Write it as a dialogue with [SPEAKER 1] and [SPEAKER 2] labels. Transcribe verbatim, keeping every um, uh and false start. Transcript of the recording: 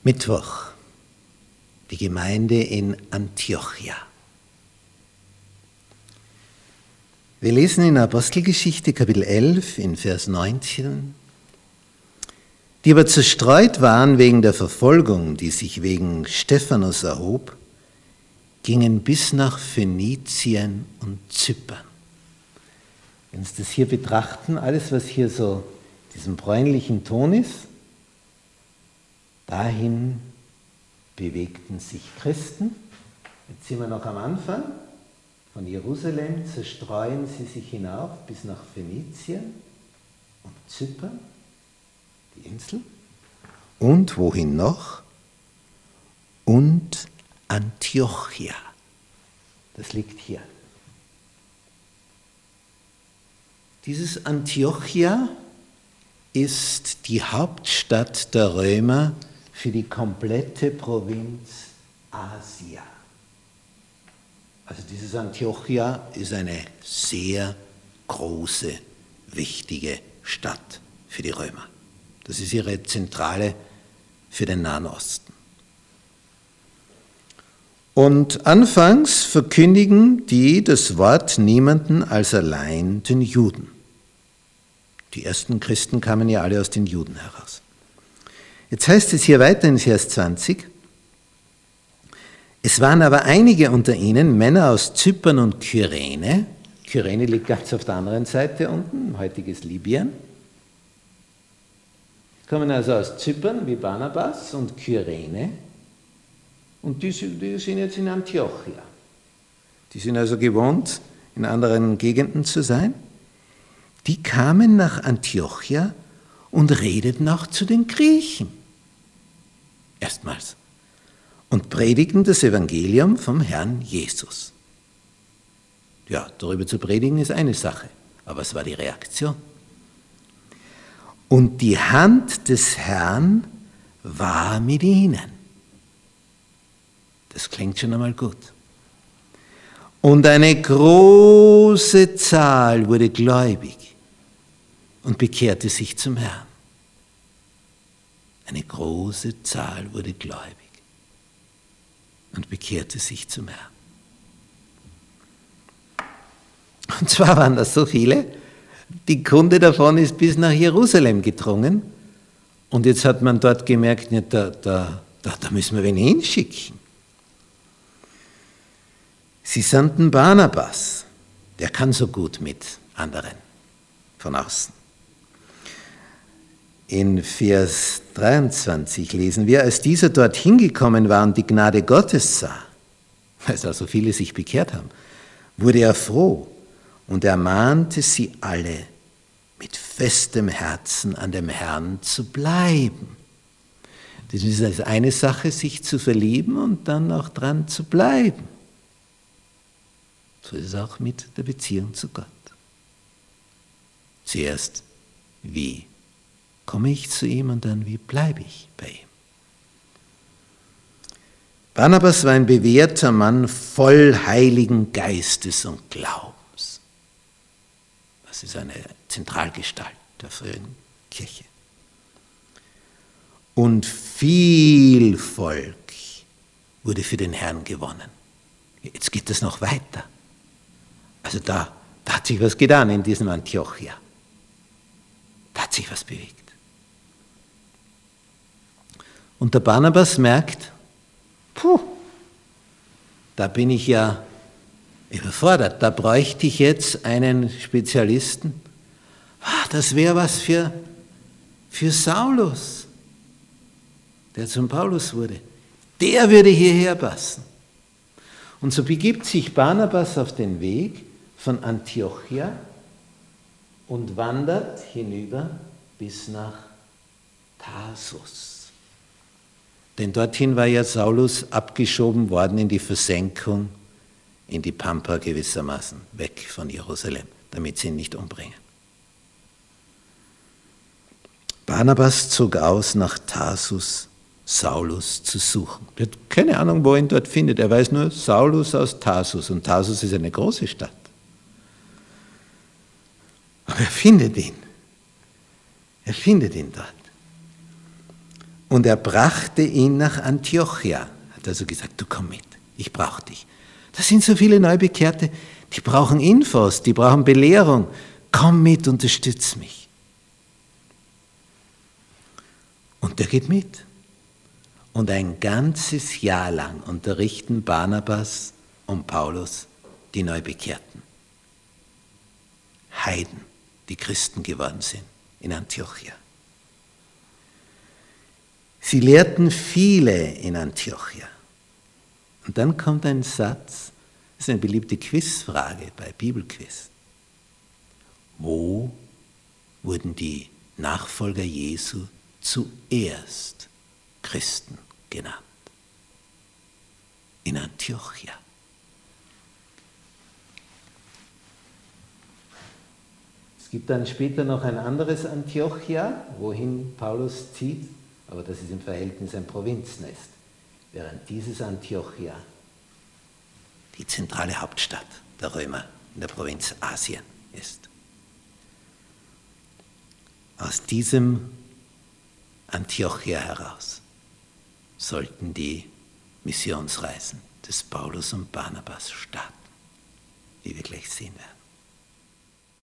[SPEAKER 1] Mittwoch, die Gemeinde in Antiochia. Wir lesen in Apostelgeschichte Kapitel elf in Vers neunzehn, die aber zerstreut waren wegen der Verfolgung, die sich wegen Stephanus erhob, gingen bis nach Phönizien und Zypern. Wenn wir uns das hier betrachten, alles was hier so diesem bräunlichen Ton ist, dahin bewegten sich Christen. Jetzt sind wir noch am Anfang. Von Jerusalem zerstreuen sie sich hinauf bis nach Phönizien und Zypern, die Insel. Und wohin noch? Und Antiochia. Das liegt hier. Dieses Antiochia ist die Hauptstadt der Römer für die komplette Provinz Asia. Also dieses Antiochia ist eine sehr große, wichtige Stadt für die Römer. Das ist ihre Zentrale für den Nahen Osten. Und anfangs verkündigen die das Wort niemanden als allein den Juden. Die ersten Christen kamen ja alle aus den Juden heraus. Jetzt heißt es hier weiter in Vers zwanzig, es waren aber einige unter ihnen, Männer aus Zypern und Kyrene. Kyrene liegt ganz auf der anderen Seite unten, heutiges Libyen. Die kommen also aus Zypern wie Barnabas und Kyrene. Und die, die sind jetzt in Antiochia. Die sind also gewohnt, in anderen Gegenden zu sein. Die kamen nach Antiochia und redeten auch zu den Griechen. Erstmals. Und predigten das Evangelium vom Herrn Jesus. Ja, darüber zu predigen ist eine Sache, aber es war die Reaktion. Und die Hand des Herrn war mit ihnen. Das klingt schon einmal gut. Und eine große Zahl wurde gläubig und bekehrte sich zum Herrn. Eine große Zahl wurde gläubig und bekehrte sich zum Herrn. Und zwar waren das so viele, die Kunde davon ist bis nach Jerusalem gedrungen. Und jetzt hat man dort gemerkt, ja, da, da, da, da müssen wir wen hinschicken. Sie sandten Barnabas, der kann so gut mit anderen von außen. In Vers dreiundzwanzig lesen wir, als dieser dorthin gekommen war und die Gnade Gottes sah, als also viele sich bekehrt haben, wurde er froh und ermahnte sie alle, mit festem Herzen an dem Herrn zu bleiben. Das ist also eine Sache, sich zu verlieben und dann auch dran zu bleiben. So ist es auch mit der Beziehung zu Gott. Zuerst, wie komme ich zu ihm und dann, wie bleibe ich bei ihm? Barnabas war ein bewährter Mann voll Heiligen Geistes und Glaubens. Das ist eine Zentralgestalt der frühen Kirche. Und viel Volk wurde für den Herrn gewonnen. Jetzt geht es noch weiter. Also da, da hat sich was getan in diesem Antiochia. Da hat sich was bewegt. Und der Barnabas merkt, puh, da bin ich ja überfordert, da bräuchte ich jetzt einen Spezialisten. Das wäre was für, für Saulus, der zum Paulus wurde. Der würde hierher passen. Und so begibt sich Barnabas auf den Weg von Antiochia und wandert hinüber bis nach Tarsus. Denn dorthin war ja Saulus abgeschoben worden in die Versenkung, in die Pampa gewissermaßen, weg von Jerusalem, damit sie ihn nicht umbringen. Barnabas zog aus nach Tarsus, Saulus zu suchen. Er hat keine Ahnung, wo er ihn dort findet. Er weiß nur, Saulus aus Tarsus. Und Tarsus ist eine große Stadt. Aber er findet ihn. Er findet ihn dort. Und er brachte ihn nach Antiochia. Hat also gesagt, du komm mit, ich brauche dich. Da sind so viele Neubekehrte, die brauchen Infos, die brauchen Belehrung. Komm mit, unterstütz mich. Und der geht mit. Und ein ganzes Jahr lang unterrichten Barnabas und Paulus die Neubekehrten. Heiden, die Christen geworden sind in Antiochia. Sie lehrten viele in Antiochia. Und dann kommt ein Satz, das ist eine beliebte Quizfrage bei Bibelquiz. Wo wurden die Nachfolger Jesu zuerst Christen genannt? In Antiochia. Es gibt dann später noch ein anderes Antiochia, wohin Paulus zieht, aber das ist im Verhältnis ein Provinznest, während dieses Antiochia die zentrale Hauptstadt der Römer in der Provinz Asien ist. Aus diesem Antiochia heraus sollten die Missionsreisen des Paulus und Barnabas starten, wie wir gleich sehen werden.